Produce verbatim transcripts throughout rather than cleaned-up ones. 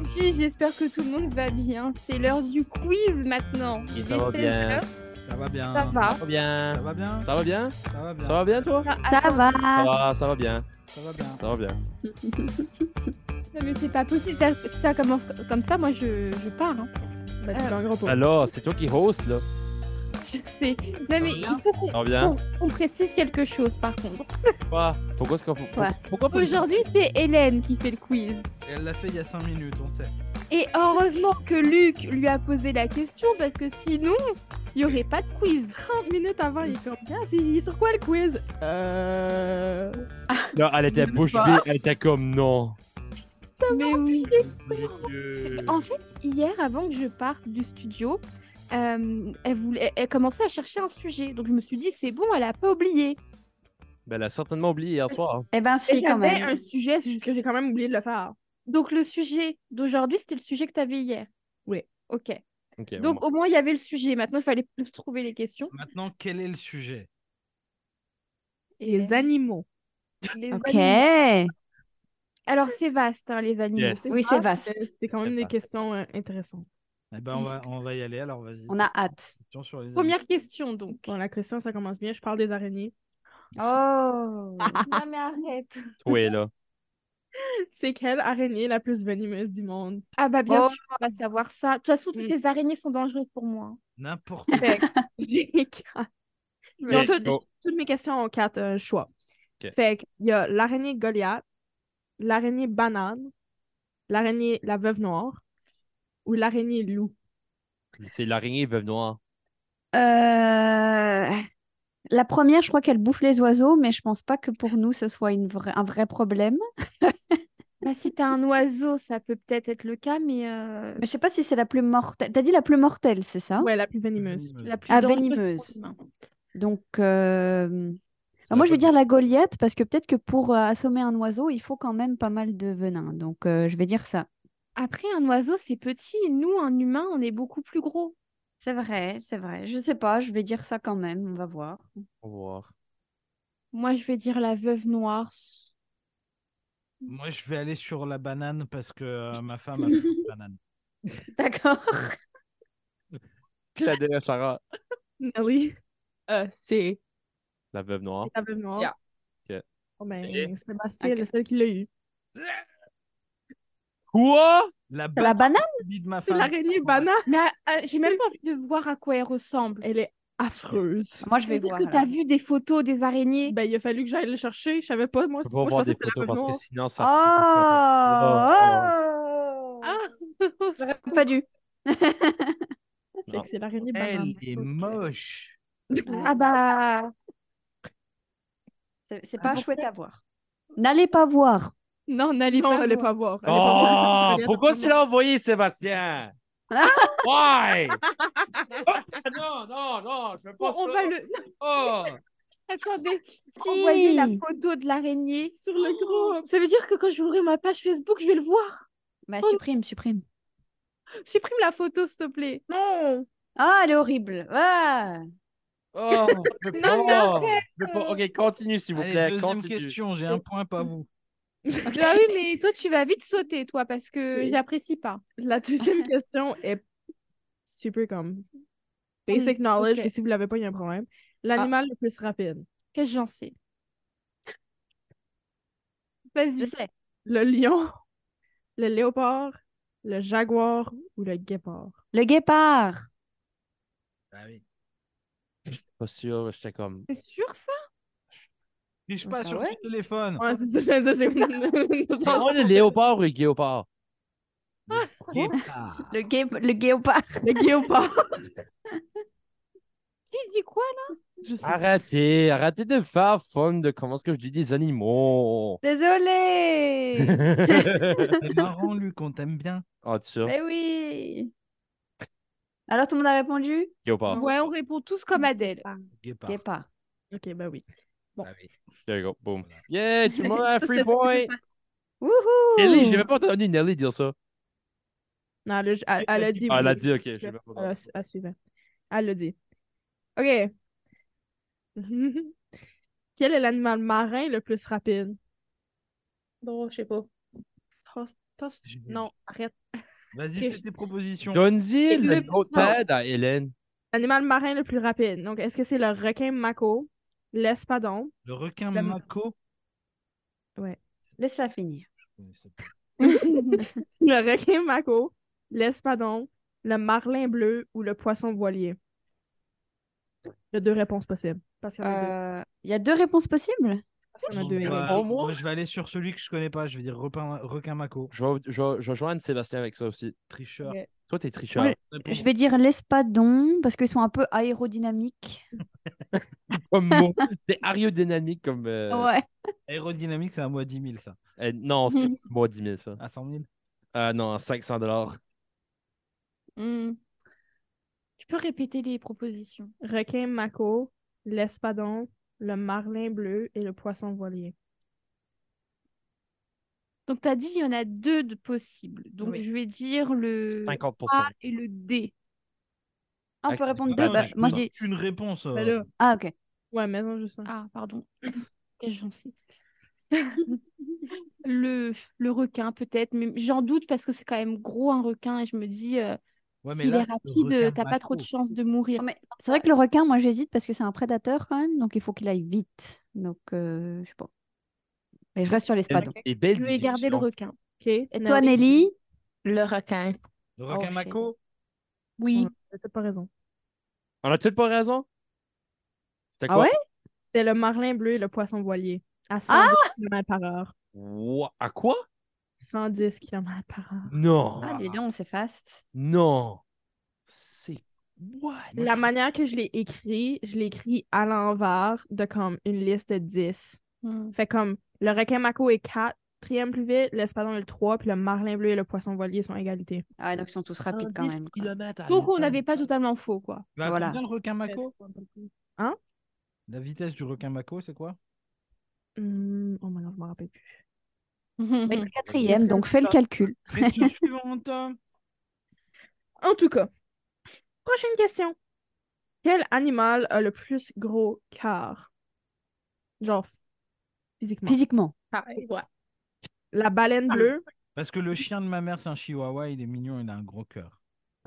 dit, j'espère que tout le monde va bien. C'est l'heure du quiz maintenant. Et ça va bien. Ça va bien. Ça va. Ça va bien. Ça va bien. Ça va bien? Ça va bien. Ça va bien, toi? Ah, Ça attends. va. Ça va, ça va bien. Ça va bien. Ça va bien. Non, mais c'est pas possible. Ça, si ça commence comme ça, moi, je, je pars. Hein. Ben, tu Euh, gagneras pas. Alors, c'est toi qui host, là. Je sais. Non, mais il faut qu'on Ça va bien? qu'on- qu'on précise quelque chose, par contre. Quoi? Pourquoi est-ce qu'on... pour- Ouais. Pourquoi pas? Aujourd'hui, c'est Hélène qui fait le quiz. Et elle l'a fait il y a cinq minutes, on sait. Et heureusement que Luc lui a posé la question, parce que sinon, il n'y aurait pas de quiz. trente minutes avant, il est comme ah, c'est il est sur quoi le quiz? Euh. Là, elle était Je sais bouche pas. bée, elle était comme non. Mais oui. Euh, En fait, hier, avant que je parte du studio, euh, elle, voulait, elle commençait à chercher un sujet. Donc, je me suis dit, c'est bon, elle a pas oublié. Ben, elle a certainement oublié hier soir. hein. Eh ben Et si, quand j'avais même. un sujet, c'est juste que j'ai quand même oublié de le faire. Donc, le sujet d'aujourd'hui, c'était le sujet que tu avais hier. Oui. Ok. Ok, Donc, bon. au moins, il y avait le sujet. Maintenant, il fallait plus trouver les questions. Maintenant, quel est le sujet? Les animaux. Les Ok. animaux. Alors, c'est vaste, hein, les animaux. Yes. Oui, c'est vaste. C'est c'est quand même Très des vaste. questions euh, intéressantes. Eh ben, on va, on va y aller, alors vas-y. On a hâte. Question sur les Première question, donc. Bon, la question, ça commence bien. Je parle des araignées. Oh. Non, mais arrête. Toi, là. C'est quelle araignée la plus venimeuse du monde? Ah bah, bien Oh. sûr, on va savoir ça. De toute façon, toutes Mm. les araignées sont dangereuses pour moi. hein. N'importe quoi. Fait que j'ai quatre. Mais Ils ont Mais- toutes, oh. toutes mes questions ont quatre euh, choix. Ok. Fait qu'il y a l'araignée Goliath, l'araignée banane, l'araignée la veuve noire ou l'araignée loup. C'est l'araignée veuve noire. Euh, La première, je crois qu'elle bouffe les oiseaux, mais je pense pas que pour nous, ce soit une vraie- un vrai problème. Bah, si t'as un oiseau, ça peut peut-être être le cas, mais euh, Mais je sais pas si c'est la plus mortelle. T'as dit la plus mortelle, c'est ça? Ouais, la plus venimeuse. la plus Ah, dangereuse venimeuse. pour l'humain. Donc, euh, Ça moi, va je vais pas dire la Goliath parce que peut-être que pour euh, assommer un oiseau, il faut quand même pas mal de venin. Donc, euh, je vais dire ça. Après, un oiseau, c'est petit. Nous, un humain, on est beaucoup plus gros. C'est vrai, c'est vrai. Je sais pas, je vais dire ça quand même. On va voir. On va voir. Moi, je vais dire la veuve noire. Moi, je vais aller sur la banane parce que euh, ma femme a fait une banane. D'accord. Claudel à Sarah. Nelly, euh, c'est La veuve noire. la veuve noire. Yeah. Ok. Oh, ben, Et- Sébastien, Ok. le seul qui l'a eu. Quoi? La C'est la banane? dit de ma C'est femme. l'araignée banane. Mais euh, j'ai même pas envie de voir à quoi elle ressemble. Elle est affreuse. Moi, je Ça vais veut dire voir. que t'as alors. vu des photos des araignées. Ben, il a fallu que j'aille le chercher. Je savais pas, moi. Je peux moi, pas je voir pensais des que c'était la photos veuve parce que noire. sinon ça. Oh! Ah! J'aurais pas dû. Fait Non. que c'est l'araignée banane. Elle est moche. Ah bah, C'est c'est Ah, pas pour chouette ça. à voir. N'allez pas voir. non, n'allez Non, pas. allez voir. pas voir. Allez pas voir. Oh! Pourquoi tu l'as envoyé, Sébastien? Why? Oh, non, non, non, je veux Bon, pas on ça. va le. Oh! Attendez, Si. envoyez la photo de l'araignée sur le groupe. Ça veut dire que quand je vais ouvrir ma page Facebook, je vais le voir. Bah, Oh. supprime, supprime. Supprime la photo, s'il te plaît. Non. Ah, elle est horrible. Ah. Oh! Je veux Non, pas. mais Je veux pas. Ok, continue, s'il vous Allez, plaît. deuxième Continue. question. J'ai un point, pas vous. Ah oui, mais toi, tu vas vite sauter, toi, parce que C'est- j'apprécie pas. La deuxième question est super comme basic Hmm, knowledge, ok. que si vous l'avez pas, il y a un problème. L'animal le plus rapide. Qu'est-ce que j'en sais? Je Vas-y. sais. Le lion, le léopard, le jaguar ou le guépard. Le guépard. Ah oui. Pas sûr, j'étais comme. C'est sûr, ça? Triche pas Ah sur ouais? ton téléphone. Ouais, c'est ça, je viens de dire, C'est j'ai- quoi le léopard ou le guépard? Guépard. Le, gué... le guépard. Le guépard. Tu dis quoi, là? Je sais. Arrêtez, arrêtez de faire fun de comment est-ce que je dis des animaux. Désolée. C'est marrant, Luc, on t'aime bien. Ah, tu sais, Mais oui. Alors, tout le monde a répondu? guépard. Ouais, on répond tous comme Adèle. Guépard. Guépard. Ok, ben oui. Bon. Ah oui. There you go, boom. Voilà. Yeah, tout le monde a un Ça, free c'est point. super facile. Wouhou! Nelly, j'ai même pas entendu Nelly dire ça. Non, elle, a- elle- elle a dit. Ah, elle a oui. dit, ok, je sais même Elle, pas. a- elle suivait. Elle l'a dit. Ok. Quel est l'animal marin le plus rapide? Bon, je sais pas. Oh, Toss. J'ai- Non, arrête. Vas-y, Ok. fais tes propositions. Donne-y le- le autre non. aide à Hélène. L'animal marin le plus rapide. Donc, est-ce que c'est le requin mako, l'espadon? Le requin Le- mako. Ouais. Laisse-la finir. Je connaissais pas. Le requin mako, l'espadon, le marlin bleu ou le poisson voilier? Il y a deux réponses possibles. Parce qu'il y en a deux. Euh, Il y a deux réponses possibles? Parce qu'il y en a deux. Bon, Hélène. bah, Oh, moi? moi, je vais aller sur celui que je connais pas. Je vais dire requin, requin mako. Je vais, je vais- je vais joindre Sébastien avec ça aussi. Tricheur. Ok. Toi, t'es tricheur. Moi, Réponds. je vais dire l'espadon parce qu'ils sont un peu aérodynamiques. Comme mot. C'est aérodynamique comme. euh, Ouais. Aérodynamique, c'est un mot à dix mille, ça. euh, non, c'est moi dix mille, ça. À cent mille. Euh, non, cinq cents dollars. Hmm. Tu peux répéter les propositions. Requin mako, l'espadon, le marlin bleu et le poisson voilier. Donc, tu as dit il y en a deux de possibles. Donc, Oui. je vais dire le cinquante pour cent. A et le D. Ah, on peut répondre Ah, deux. non, Bah, je moi, peux je dis. Une réponse. euh, Ben là, Ah, ok. ouais, mais non, juste ça. Ah, pardon. Qu'est-ce que j'en sais? Le, le requin, peut-être, mais j'en doute parce que c'est quand même gros un requin et je me dis, euh, Ouais, mais s'il là, est c'est le rapide, requin euh, t'as pas trop de mako. chances de mourir. Oh, mais c'est vrai que le requin, moi, j'hésite parce que c'est un prédateur quand même, donc il faut qu'il aille vite. Donc, euh, je sais pas. Mais je reste sur l'espadon. Et belle Je vais garder le déduction. requin. Ok. Et toi, Nelly? Le requin. Le requin Oh, shit. mako. Oui. T'as pas raison. On a-t-il pas raison? C'était Ah quoi? ouais? C'est le marlin bleu et le poisson voilier. À cent dix kilomètres par heure. Wha- À quoi? cent dix kilomètres par heure. Non. Ah, dis donc, c'est fast. Non. C'est. What? La manière que je l'ai écrit, je l'ai écrit à l'envers de comme une liste de dix. Hmm. Fait comme le requin mako est quatrième plus vite, l'espadon est le trois, puis le marlin bleu et le poisson voilier sont à égalité. Ah ouais, donc ils sont tous rapides quand même, quoi. kilomètres à Donc, on l'heure. n'avait pas totalement faux, quoi. Il va à Voilà. combien le requin mako? Hein? La vitesse du requin mako, c'est quoi? Hum, oh, maintenant, je me rappelle plus. Mais t'es quatrième, donc fais le calcul. Question suivante. En tout cas, prochaine question. Quel animal a le plus gros cœur? Genre, physiquement. Physiquement. Ah, ouais. La baleine bleue, Parce que le chien de ma mère, c'est un chihuahua, il est mignon, il a un gros cœur.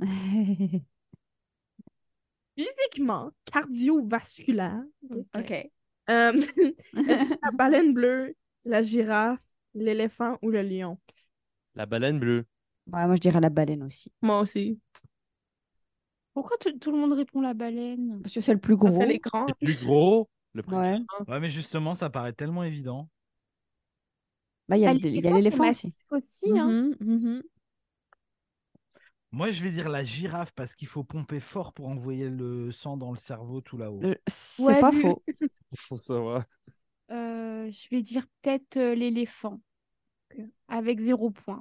physiquement, cardiovasculaire. Ok. Euh, est-ce que la baleine bleue, la girafe, l'éléphant ou le lion? La baleine bleue. Ouais, moi, je dirais la baleine aussi. Moi aussi. Pourquoi tout, tout le monde répond la baleine? Parce que c'est le plus gros. Parce qu'elle est grande. Le plus gros. Le plus Ouais. Ouais, mais justement, ça paraît tellement évident. Bah, il y a Ah, le- il y a l'éléphant, l'éléphant c'est aussi. massif aussi, hein. Mhm, mhm. Moi, je vais dire la girafe parce qu'il faut pomper fort pour envoyer le sang dans le cerveau tout là-haut. Euh, C'est Ouais, pas vu- faux. Faut savoir. Euh, je vais dire peut-être euh, l'éléphant. Avec zéro point.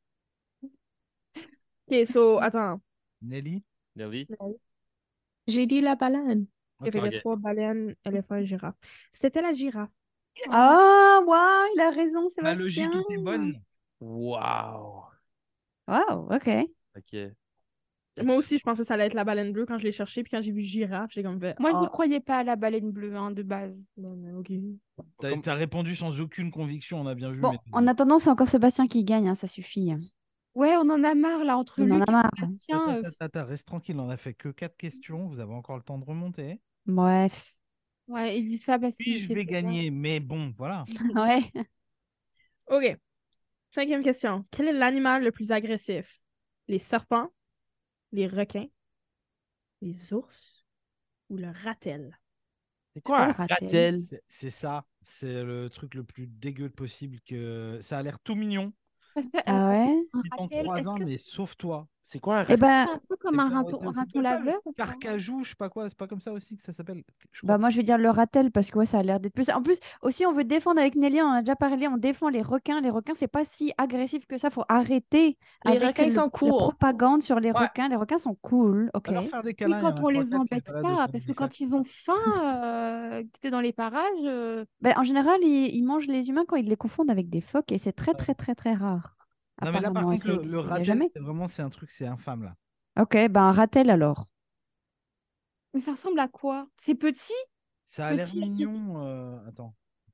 Ok, so, attends. Nelly? Nelly? J'ai dit la baleine. Il y avait Ok. les trois baleines, éléphant et girafe. C'était la girafe. Ah, waouh, il a raison, La logique Sébastien. était bonne. Wow. Waouh, ok. Ok. Moi aussi, je pensais que ça allait être la baleine bleue quand je l'ai cherché, puis quand j'ai vu girafe, j'ai comme fait. Moi, je ne ah, croyais pas à la baleine bleue, hein, de base. bon, mais ok. T'as Comme- t'as répondu sans aucune conviction, on a bien vu. Bon, mais- en attendant, c'est encore Sébastien qui gagne, hein, ça suffit. Ouais, on en a marre, là, entre On en Luc a et marre. Sébastien. Attends, euh, attends, attends, reste tranquille, on a fait que quatre questions, vous avez encore le temps de remonter. Bref. Ouais, il dit ça parce Puis qu'il je sait vais très bien. gagner, mais bon, voilà. Ouais. Ok. Cinquième question. Quel est l'animal le plus agressif? Les serpents, les requins, les ours ou le ratel? C'est quoi, quoi le un ratel? ratel? C'est c'est ça, c'est le truc le plus dégueu possible que ça a l'air tout mignon. Ça, c'est Ah ouais? un Si t'en ratel. croises Est-ce un, que mais sauve-toi. C'est quoi un Eh ratel? ben, c'est un peu comme C'est un pas- raton, c'est- un c'est raton pas le laveur ou pas? Carcajou, je sais pas quoi, c'est pas comme ça aussi que ça s'appelle. Je crois bah que- moi je vais dire le ratel parce que ouais, ça a l'air d'être plus. En plus, aussi on veut défendre avec Nelly, on en a déjà parlé, on défend les requins. Les requins, c'est pas si agressif que ça. Faut arrêter Les avec requins le- sont la cool. propagande sur les Ouais. requins. Les requins sont cool, ok. Alors faire des Oui, câlins, il y en quand a on trois, les quatre qui embête étaient là de pas, prendre parce que des quand claques. ils ont faim, euh, que t'es dans les parages, euh, Ben, en général, ils, ils mangent les humains quand ils les confondent avec des phoques et c'est très très très très rare. Non, mais là, par Apparemment, et contre, ça le, existe- le il y a ratel, jamais. c'est vraiment, c'est un truc, c'est infâme, là. Ok, ben un ratel alors. mais ça ressemble à quoi? C'est petit? Ça a l'air Petit, mignon. euh, Attends.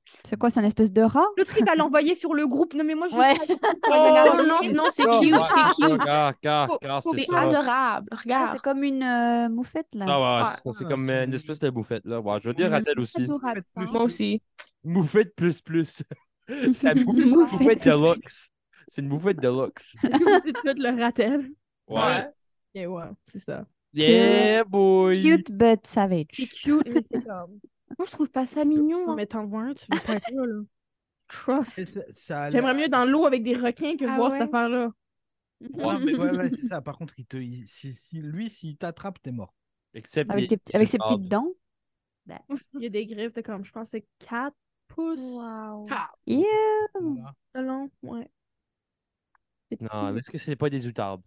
C'est quoi, c'est un espèce de rat? L'autre, il va l'envoyer sur le groupe. Non, mais moi, je Ouais. sais pas. Oh, non, non, non, c'est Non, cute, ouais, c'est cute. Regarde, regarde, Faut- regarde, faut c'est C'est ça. adorable. Ah, Regarde. c'est comme une euh, moufette, là. Ah ouais, Ouais. c'est ça, c'est Ah, comme c'est euh, une une- espèce de bouffette, là. Ouais, je veux dire à elle aussi. Adorable, Faites ça. plus. Moi aussi. Moufette plus plus. C'est une moufette, Moufette moufette plus de luxe. C'est une moufette de luxe. Vous dites tout le ratel. Ouais. Ok, ouais, c'est ça. Yeah, boy. Cute but C'est savage. cute, mais c'est comme. Moi, je trouve pas ça mignon. Non, hein. mais t'en vois un, tu veux pas être là, là. Trust. Et ça, ça a l'air- J'aimerais mieux dans l'eau avec des requins que Ah voir ouais? cette affaire-là. Ouais, mais ouais, ouais, c'est ça. Par contre, il te... il- si, si... lui, s'il t'attrape, t'es mort. Except Avec, des- tes- avec ses des petites dents. Il y a des griffes de comme, je pense, que c'est quatre pouces Waouh. Yeah. Voilà. de long. Ouais. C'est petit. Non, est-ce que c'est pas des outardes?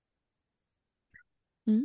Hmm?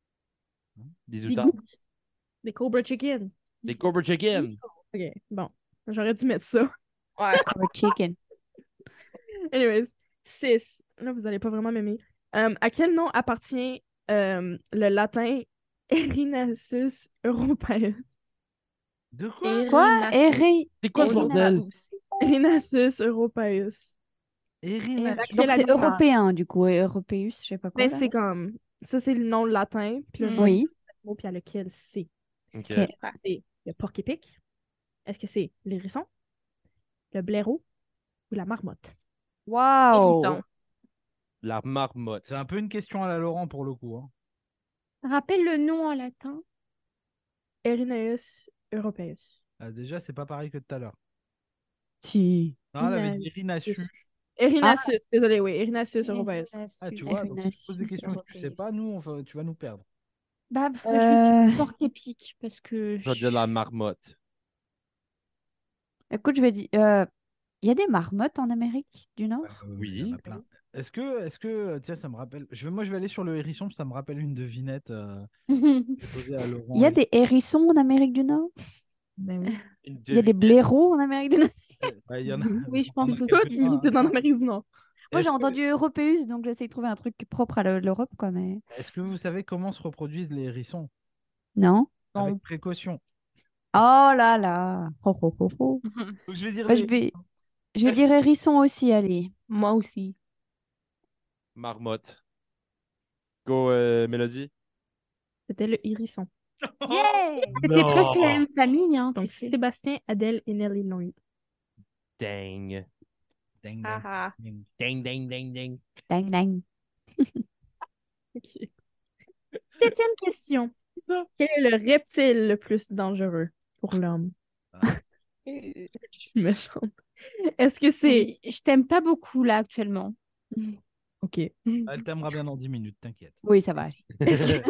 Des Des outardes? goûts. Des Cobra Chicken. Des Cobra Chicken? Ok, bon. J'aurais dû mettre ça. Ouais. Cobra chicken. Anyways, six. Là, vous allez pas vraiment m'aimer. Euh, à quel nom appartient euh, le latin Erinaceus europaeus? De quoi? Quoi? Eri... C'est quoi ce bordel? Erinaceus europaeus. Erina. Quel Donc c'est animal? européen, du coup. et Européus, je sais pas quoi. Mais là. c'est comme. Ça, c'est le nom latin. Puis le Mm. nom Oui. du mot, puis à lequel c'est. Ok. Ok. C'est le porc-épic. Est-ce que c'est l'hérisson, le blaireau ou la marmotte? Waouh. Hérisson. La marmotte. C'est un peu une question à la Laurent pour le coup. Hein. Rappelle le nom en latin. Erinaeus europaeus. Ah, déjà, c'est pas pareil que tout à l'heure. Si. Non, elle avait dit Erinaceus. Erinaceus. Erinaceus, désolé, oui, Erinaceus europaeus. Ah, tu vois, donc si tu poses des Erinaceus questions que tu sais pas, nous, on va- tu vas nous perdre. Bah, je vais Euh, dire porc épic parce que. Je vais dire la marmotte. Écoute, je vais dire. euh, Il y a des marmottes en Amérique du Nord? Euh, Oui. il y en a plein. Est-ce que, est-ce que, tiens, ça me rappelle. Je vais, moi, je vais aller sur le hérisson, parce que ça me rappelle une devinette euh, posée à Laurent. Il y a et- des hérissons en Amérique du Nord? Ben oui. Une Il y a des devine- blaireaux en Amérique du Nord? Ouais, il y en a. Oui, je on en pense a aussi. quelques-uns, C'est hein. dans l'Amérique du Nord. Moi, j'ai Est-ce que- entendu Européus, donc j'essaie de trouver un truc propre à l'Europe, quoi, mais. Est-ce que vous savez comment se reproduisent les hérissons? Non? Non. Avec précaution. Oh là là! Ho, ho, ho, ho. Donc, je vais dire Bah, les je vais- hérissons. Je vais dire hérisson aussi, allez. Moi aussi. Marmotte. Go, euh, Mélodie. C'était le hérisson. Yeah! C'était Non. presque la même famille. Hein, Donc, tu sais. Sébastien, Adèle et Nelly l'ont eu. Dang. Ding, ding, Ah ah. ding. Ding, ding, ding, ding. Dang, dang. Ok. Septième question. ça. Quel est le reptile le plus dangereux pour l'homme? Euh, Je suis méchante. Est-ce que c'est... Oui, je t'aime pas beaucoup là actuellement. Ok. Elle t'aimera bien dans dix minutes, t'inquiète. Oui, ça va aller. elle,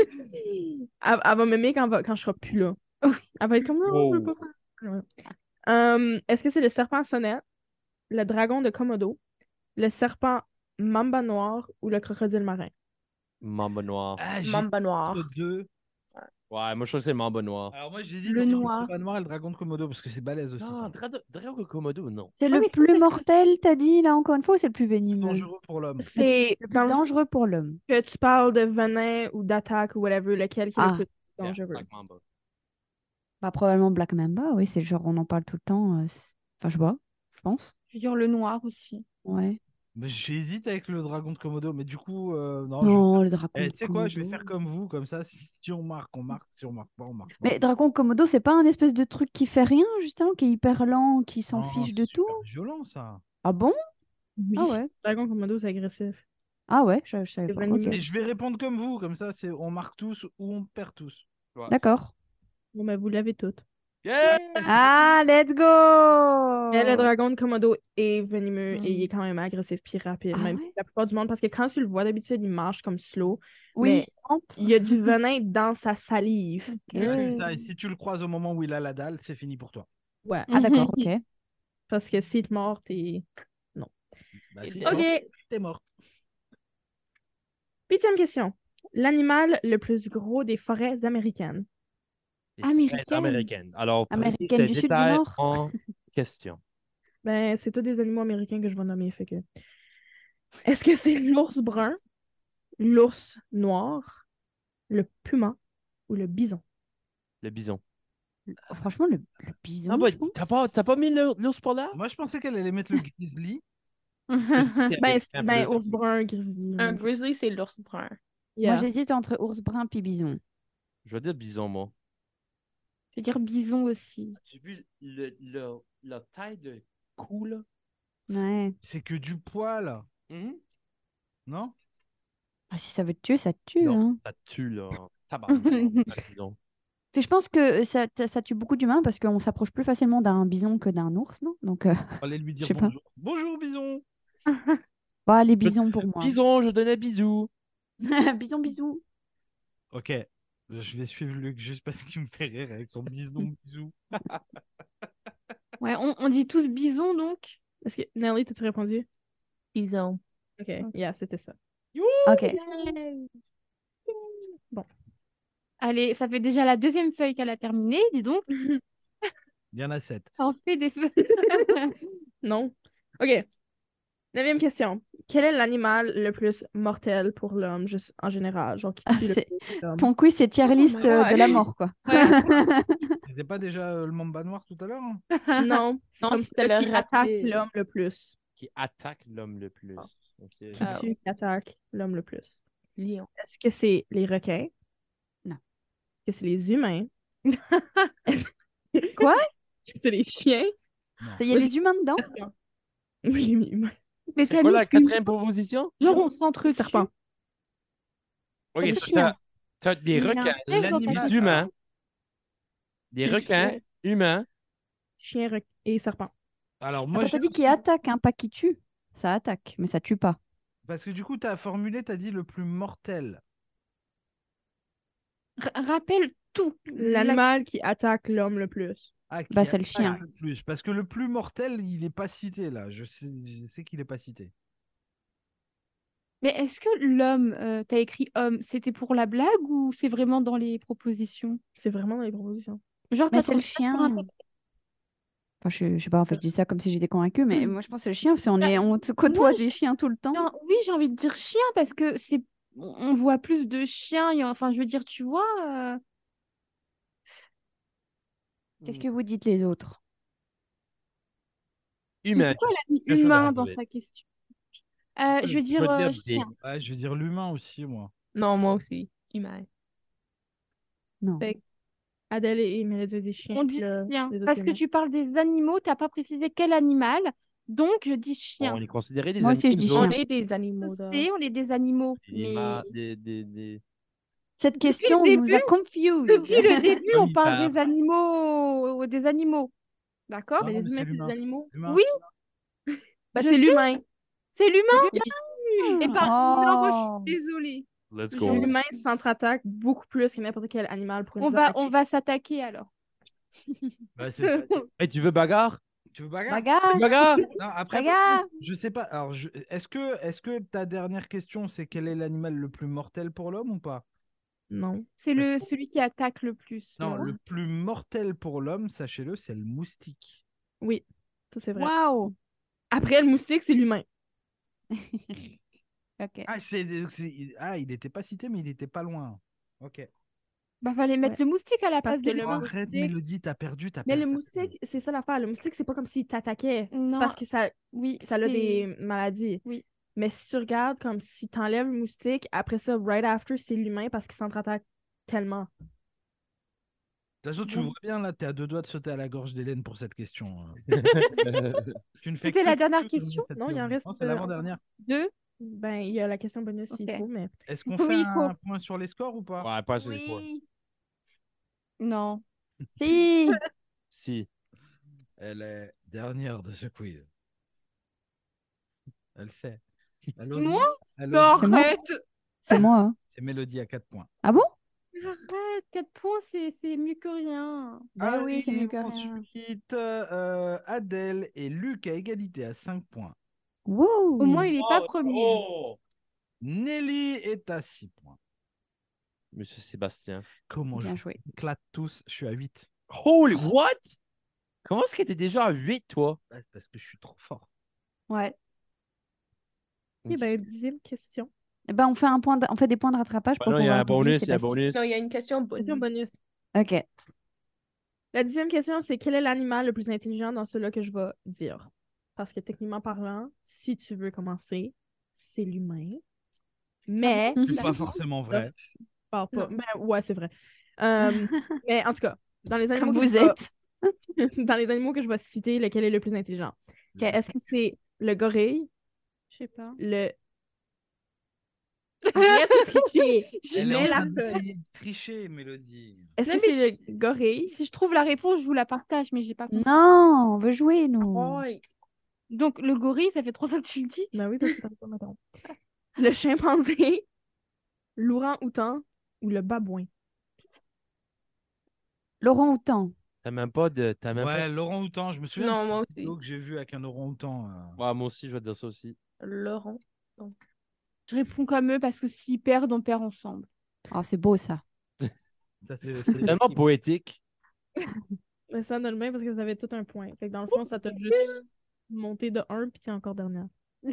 elle va m'aimer quand, va- quand je serai plus là. Elle va être comme non, je veux Oh. pas faire. Ouais. Euh, est-ce que c'est le serpent sonnette, le dragon de Komodo, le serpent mamba noir ou le crocodile marin? Mamba noir. Ah, j'ai Mamba noir. entre deux. Ouais, moi je trouve que c'est Mamba noir. Alors moi, j'hésite Le entre noir. le Mamba noir et le dragon de Komodo, parce que c'est balèze aussi. Non, ça. Dra- Dragon Komodo, non. C'est Ah le oui, plus parce que- mortel, t'as dit, là, encore une fois, ou c'est le plus venimeux? Dangereux pour l'homme. C'est Le plus dans le dangereux pour l'homme. que tu parles de venin ou d'attaque ou whatever, lequel qui est Ah. le plus Yeah, dangereux? Black Mamba. Bah, probablement Black Mamba, oui, c'est le genre, on en parle tout le temps. euh, c'est- Enfin, je vois, je pense. Je veux dire le noir aussi. Ouais. Mais j'hésite avec le dragon de Komodo, mais du coup, euh, non. je- Non, le dragon. Eh, de tu sais quoi, je vais Komodo. faire comme vous, comme ça, si on marque, on marque, si on marque pas, on marque pas. Mais dragon Komodo, c'est pas un espèce de truc qui fait rien, justement, qui est hyper lent, qui s'en Non, fiche de c'est tout? super violent, ça. Ah bon? Oui. Ah ouais. Dragon Komodo, c'est agressif. Ah ouais, je, je savais C'est pas. venimeux. Ok. Et je vais répondre comme vous, comme ça, c'est on marque tous ou on perd tous. Ouais. D'accord. Bon, ben, vous l'avez toutes. Yeah! Ah, let's go! Mais le dragon de Komodo est venimeux Mm. et il est quand même agressif puis rapide, Ah même ouais? si la plupart du monde, parce que quand tu le vois d'habitude, il marche comme slow, Oui. mais il y a du venin dans sa salive. Ok. Ouais, c'est ça, et si tu le croises au moment où il a la dalle, c'est fini pour toi. Ouais, Ah d'accord, ok. parce que s'il te mord, t'es... Bah, si, Ok, t'es mort. huitième question. L'animal le plus gros des forêts américaines. Les Américaine. fraises américaines. Alors, prenez Américaine ce du Sud, du détail Nord. en question. Ben, c'est tous des animaux américains que je vais nommer, fait que... Est-ce que c'est l'ours brun, l'ours noir, le puma ou le bison? Le bison. Franchement, le, le bison, Ah, bah, je pense. t'as pas, t'as pas mis le- l'ours polaire? Moi, je pensais qu'elle allait mettre le grizzly. C'est Ben, avec c'est- un ben bleu. ours brun, grizzly. Un grizzly, c'est l'ours brun. Moi, Yeah. j'hésite entre ours brun puis bison. Je vais dire bison, moi. Je veux dire bison aussi. J'ai vu le, le, la taille de cou, là. Ouais. C'est que du poil, Mhm. non? Ah, si ça veut te tuer, ça te tue. Non, Hein. ça tue, là. Tabarnak, le bison. Puis je pense que ça, ça tue beaucoup d'humains parce qu'on s'approche plus facilement d'un bison que d'un ours, non? Donc, euh, Allez lui dire Je sais pas. bonjour. Bonjour, bison. bah, les bisons pour moi. Bison, je donnais bisous. Bison, bisous. Ok, je vais suivre Luc juste parce qu'il me fait rire avec son bison bisou. Ouais, on, on dit tous bison donc. Est-ce que Nelly, t'as-tu répondu? Bison. Ok, yeah, c'était ça. Ok. Allez, ça fait déjà la deuxième feuille qu'elle a terminée, dis donc. Il y en a sept. Ça en fait des feuilles. Non. Ok. Neuvième question. Quel est l'animal le plus mortel pour l'homme, juste en général? Genre qui Ah, tue le c'est- plus l'homme? Ton quiz, c'est tier list my euh, God. de la mort, quoi. C'était pas déjà euh, le mamba noir tout à l'heure, hein? Non. Non, Comme c'était celui le qui attaque reptile. l'homme le plus. Qui attaque l'homme le plus. Ok. Qui Ah. tue, qui attaque l'homme le plus. Lion. Est-ce que c'est les requins? Non. Est-ce que c'est les humains? Quoi? Est-ce que c'est les chiens? Il y a les humains dedans? Oui, les humains. Mais C'est t'as quoi mis la quatrième proposition? genre on s'entretue. Serpent. Ok, Les t'as- chiens. t'as des Il y a un requins, rêve dans ta l'animal- des humains, des Les requins, chiens. humains. Chiens requins et serpents. Alors, moi, Attends, je... t'as dit qu'il attaque, hein, pas qui tue. Ça attaque, mais ça tue pas. parce que du coup, tu as formulé, tu as dit le plus mortel. R- rappelle tout. L'animal qui attaque l'homme le plus. Ah, qui Bah, c'est le attaque chien. le plus. Parce que le plus mortel, il n'est pas cité là. Je sais, je sais qu'il n'est pas cité. Mais est-ce que l'homme, euh, t'as écrit homme, c'était pour la blague ou c'est vraiment dans les propositions? C'est vraiment dans les propositions. Genre, Mais t'as c'est le trouvé ça sur chien. Internet? Enfin, je, je sais pas, en fait, je dis ça comme si j'étais convaincue, mais moi, je pense que c'est le chien, parce qu'on est, on se côtoie Moi, des chiens tout le temps. Tiens, oui, j'ai envie de dire chien parce que c'est, on on voit plus de chiens. il y a- Enfin, je veux dire, tu vois. euh, Qu'est-ce que vous dites les autres? Mais Humains. pourquoi elle a mis quelque chose à humain dans relever. sa question? Euh, je veux dire Je vais euh, dire B. chien. Ouais, je veux dire l'humain aussi, moi. Non, moi aussi. Humain. Non. Fait- Adèle et Émilie des chiens. On dit le- chien. les autres Parce que humains. tu parles des animaux, t'as pas précisé quel animal. Donc, je dis Bon, chien. on est considéré des Moi aussi, je animaux, dis nous On autres. chien. est des Je animaux, là. sais, on est des animaux. Des Mais ma- des- des- des- Cette Depuis le question nous a début- confused. depuis le début, on Oui, parle bah. des animaux. Des animaux. D'accord? Mais Non, les mais humains, c'est c'est des l'humain. animaux. Humain. Oui. Bah, Je c'est sais. l'humain. C'est l'humain? Oui. Et par... Non, moi, je Oh. suis désolée. Let's Je- go. L'humain s'entre-attaque beaucoup plus que n'importe quel animal pour On nous va, attaquer. on va s'attaquer alors. Bah, c'est- Hey, tu veux bagarre? tu veux bagarre? Bagarre, Bagarre? Non, après, bagarre. je sais pas. Alors, je- est-ce que, est-ce que ta dernière question, c'est quel est l'animal le plus mortel pour l'homme ou pas? Non. C'est le celui qui attaque le plus. Non, là. le plus mortel pour l'homme, sachez-le, c'est le moustique. Oui, ça c'est vrai. Waouh. Après le moustique, c'est l'humain. Ok. Ah, c'est, c'est- ah, il n'était pas cité, mais il était pas loin. Ok. Bah, fallait mettre le moustique à la Parce place que de le Oh, l'humain. arrête, moustique- Mélodie, t'as perdu, t'as Mais le perdu. moustique, c'est ça l'affaire. Le moustique, c'est pas comme s'il t'attaquait. C'est Non. parce que ça, Oui, ça a c'est- des maladies. Oui. Mais si tu regardes comme si t'enlèves le moustique, après ça, right after, c'est l'humain parce qu'il s'entre-attaque tellement. De toute façon, tu Bon. vois bien, là, t'es à deux doigts de sauter à la gorge d'Hélène pour cette question. hein. Tu ne fais C'était que la dernière terminer question cette Non, il en théorie. reste, Non, c'est euh, l'avant-dernière. Deux. Ben, il y a la question bonus s'il Ok. faut, mais Est-ce qu'on Oui, fait il faut. un point sur les scores ou pas? Ouais, pas assez quoi. Oui. Non. Si. Si. Elle est dernière de ce quiz. Elle sait. Elle ose- Moi elle ose- Non, C'est moi. arrête. C'est moi. hein. C'est Mélodie à quatre points. Ah bon? Arrête. Quatre points, c'est c'est mieux que rien. Bah oui, c'est mieux que rien. Ensuite, euh, Adèle et Luc à égalité à cinq points. Wow. Au moins, il est pas premier. Oh! Nelly est à six points. Monsieur Sébastien. Comment Bien je joué. éclate tous? Je suis à huit. Holy, what? Comment est-ce que t'es déjà à huit, toi? Bah, c'est parce que je suis trop fort. Ouais. eh ben, dixième question. Eh ben, on fait un point, de- on fait des points de rattrapage Bah pour non, il y a pouvoir un doubler bonus, il y a un Sébastien. bonus. Non, il y a une question bonus. Question bonus. Ok. La dixième question, c'est quel est l'animal le plus intelligent dans ceux-là que je vais dire? Parce que techniquement parlant, si tu veux commencer, c'est l'humain. Mais. C'est pas forcément vrai. Je parle pas. Ben, ouais, c'est vrai. Euh, mais en tout cas, dans les animaux Comme que vous je vais- êtes. dans les animaux que je vais citer, lequel est le plus intelligent? Ok. Est-ce que c'est le gorille, Je sais pas. le. Arrête de tricher! Je Elle est mets en la train feuille. d'essayer de tricher, Mélodie. Est-ce Non, que mais c'est le gorille? Si je trouve la réponse, je vous la partage, mais j'ai pas compris. Non, on veut jouer, nous. Donc, le gorille, ça fait trois fois que tu le dis. Ben oui, parce que t'arrives pas à m'attendre. Le chimpanzé, l'ourang-outan ou le babouin? Laurent Houtan. T'as même pas de. T'as même Ouais, Laurent Houtan, je me souviens Non, de moi la aussi. vidéo que j'ai vu avec un Laurent Houtan. euh. pas. Ouais, moi aussi, je vais te dire ça aussi. Laurent. Je réponds comme eux parce que s'ils perdent, on perd ensemble. Oh, c'est beau, ça. Ça, c'est C'est tellement poétique. Mais ça donne bien parce que vous avez tout un point. Fait que dans le fond, ça t'a juste monté de un puis t'es encore dernière.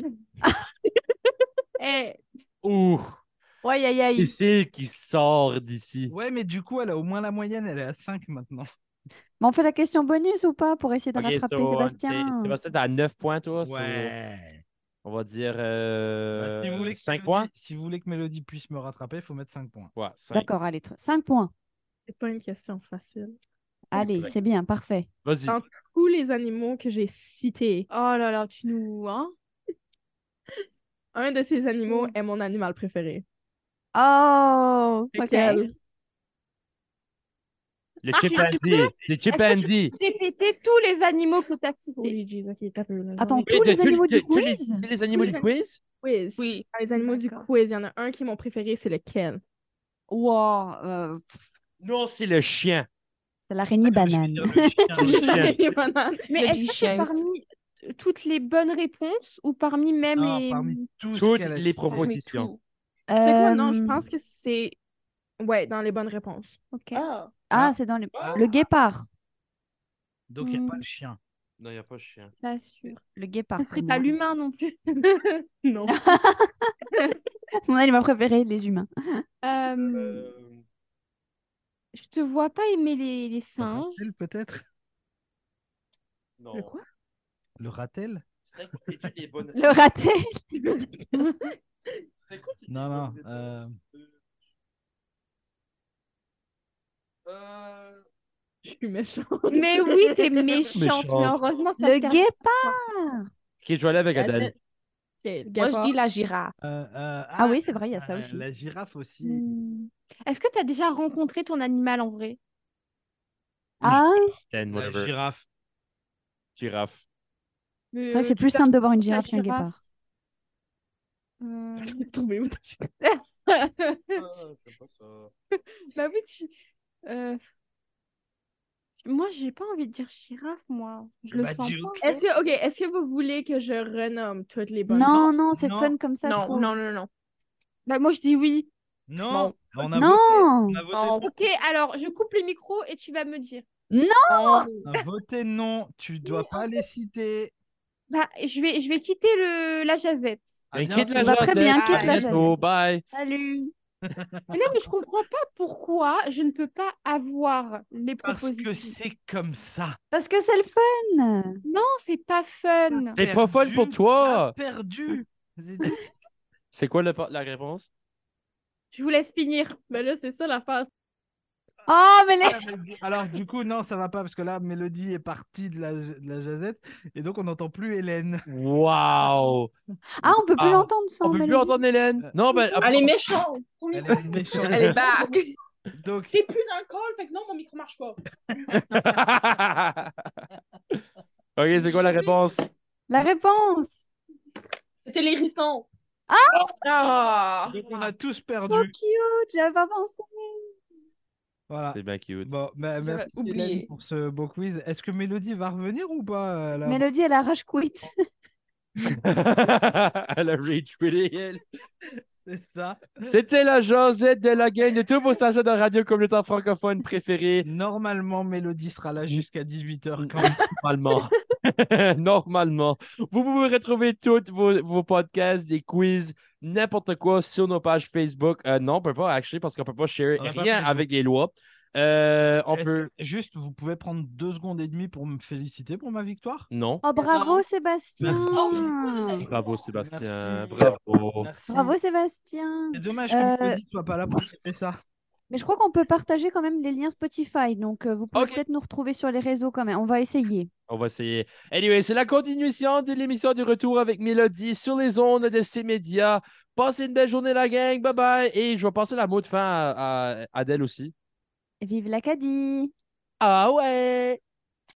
Eh, Ouh! Ouais, aïe, aïe. C'est qui sort d'ici? Ouais, mais du coup, elle a au moins la moyenne, elle est à cinq maintenant. Mais on fait la question bonus ou pas pour essayer de Ok, rattraper so, Sébastien? t'es- Sébastien, t'as neuf points, toi. so Ouais. on va dire Bah, euh, si, vous voulez que cinq Mélodie- points. si vous voulez que Mélodie puisse me rattraper, il faut mettre cinq points. Ouais, cinq. D'accord, allez, toi. cinq points. C'est pas une question facile. Allez, c'est bien, parfait. Vas-y. En tous les animaux que j'ai cités, oh là là, tu nous. Hein? un de ces animaux Mm. est mon animal préféré. Oh, ok. Lequel? Le Ah, tu- tu chimpanzee. peux- Le Est-ce que tu chimpanzee. peux répéter tous les animaux que tu as cités? Holy jeez, ok, t'as peu. là, j'en Attends, ai- tous Oui, les de- animaux tous- du tous les- quiz? tous les animaux Tous du les quiz? quiz. Oui. Dans les animaux du D'accord. quiz, il y en a un qui est mon préféré, c'est lequel? Wow, euh, Non, c'est le chien. c'est l'araignée banane. Je vais dire le chien. Chien. Les bananes. Mais Le est-ce que chien c'est aussi. parmi euh, toutes les bonnes réponses ou parmi même Non, les. parmi tout ce Toutes qu'elle a les cité. propositions. tout. C'est quoi? Non, je Euh, pense que c'est. Ouais, dans les bonnes réponses. ok. Ah. Ah, c'est dans les... Ah. le guépard. Donc, il n'y a Hmm. pas le chien. Non, il n'y a pas de chien. Pas sûr. Le guépard. Ce pour serait moi. pas l'humain non plus. Non. Mon animal préféré, les humains. Euh, Euh, je te vois pas aimer les, les Le singes. ratel, peut-être? non. Le quoi? Le ratel? C'était quoi- étude les bonnes- Le raté. C'était quoi tes Non, bonnes non, réponses? euh, Euh, Je suis méchante. Mais oui, t'es méchante. Méchante. Mais heureusement, ça Le se termine- guépard. Ok, je vais aller avec Adèle. Ok, le Moi, je guépard. dis la girafe. Euh, euh, Ah oui, c'est vrai, il y a ça euh, aussi. La girafe aussi. Hmm. Est-ce que tu as déjà rencontré ton animal en vrai? Ah, Ten, La whatever. girafe. Girafe. c'est vrai que c'est plus simple de voir une girafe La qu'un girafe. guépard. Euh, Trouvé où Ah, c'est pas ça. Bah oui, tu... euh, Moi, j'ai pas envie de dire girafe, moi. Je le Bah, sens dis- pas. Est-ce que, ok, est-ce que vous voulez que je renomme toutes les bonnes Non, non, c'est non, fun comme ça, je Non, trouve. non, non, non. Bah moi, je dis oui. Non, on a Non. voté. On a voté, Non. Ok, alors, je coupe les micros et tu vas me dire. Non. on a voté non. Tu dois pas les citer. Bah, je vais, je vais quitter le... la jazette. À Quitte la Va très jasette. bien, quitte À la bientôt, bye. Salut. Mais non, mais je comprends pas pourquoi je ne peux pas avoir les Parce propositions. que c'est comme ça. Parce que c'est le fun. Non, c'est pas fun. T'es pas folle pour toi. T'as perdu. C'est quoi le- la réponse? Je vous laisse finir. Ben là, c'est ça la phase. Oh, mais les... Ah, mais- Alors, du coup, non, ça va pas parce que là, Mélodie est partie de la, de la jazette et donc on n'entend plus Hélène. Wow! Ah, on peut plus Ah, l'entendre sans On peut plus mélodie. entendre Hélène. Non, ben. Elle est méchante. Ton Elle micro- est méchante. Elle est back. Donc, T'es plus dans le call, fait que non, mon micro marche pas. Ok, c'est quoi la réponse? La réponse. C'était l'hérisson. Ah. donc on a tous perdu. Oh, cute, j'avais pas pensé. Voilà. C'est bien cute. Bon, bah, J'avais merci oublié. Hélène pour ce beau quiz. Est-ce que Mélodie va revenir ou pas euh, là Mélodie, elle a rage quit. Elle a rage quitté, elle. C'est ça. C'était la Josette de la gang de tous vos stations de radio communautaire francophone préférées. Normalement, Mélodie sera là jusqu'à dix-huit heures quand Normalement. Normalement. Vous pouvez retrouver tous vos, vos podcasts, des quiz, n'importe quoi sur nos pages Facebook. Euh, non, on peut pas, actually, parce qu'on peut pas share On a pas rien Facebook. avec les lois. Euh, on Est-ce peut. que- Juste, vous pouvez prendre deux secondes et demie pour me féliciter pour ma victoire? Non. Oh, bravo, Non. Sébastien. Merci. Bravo, Sébastien. Merci. Bravo. Merci. Bravo, Sébastien. C'est dommage que Euh, Mélodie soit pas là pour fêter ça. Mais je crois qu'on peut partager quand même les liens Spotify. Donc, euh, vous pouvez Ok. peut-être nous retrouver sur les réseaux quand même. On va essayer. On va essayer. Anyway, c'est la continuation de l'émission du retour avec Mélodie sur les ondes de ces médias. Passez une belle journée, la gang. Bye bye. Et je vais passer la mot de fin à, à Adèle aussi. Vive l'Acadie. Ah ouais!